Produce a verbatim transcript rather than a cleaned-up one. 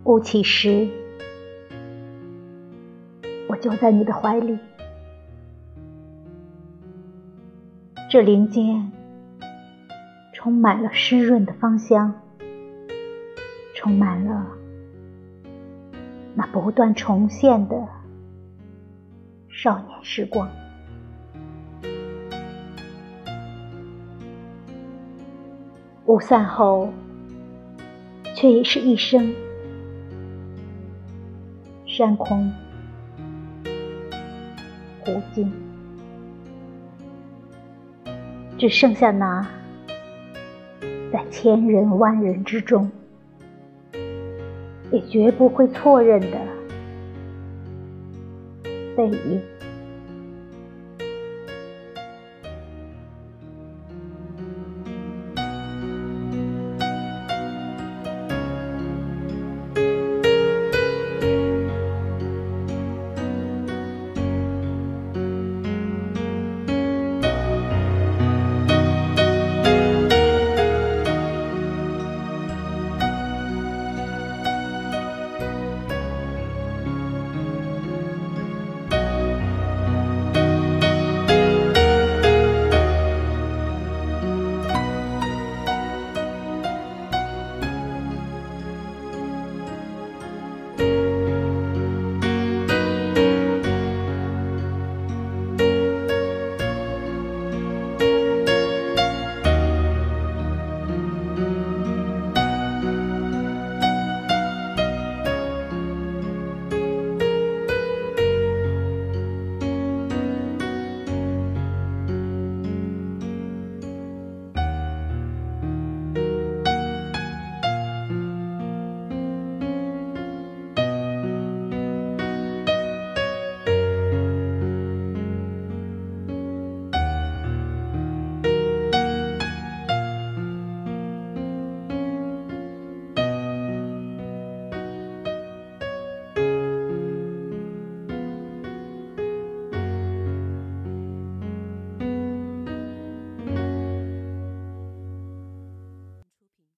雾起时，我就在你的怀里。这林间充满了湿润的芳香，充满了那不断重现的少年时光。雾散后，却已是一生。山空湖静，只剩下那在千人万人之中也绝不会错认的背影。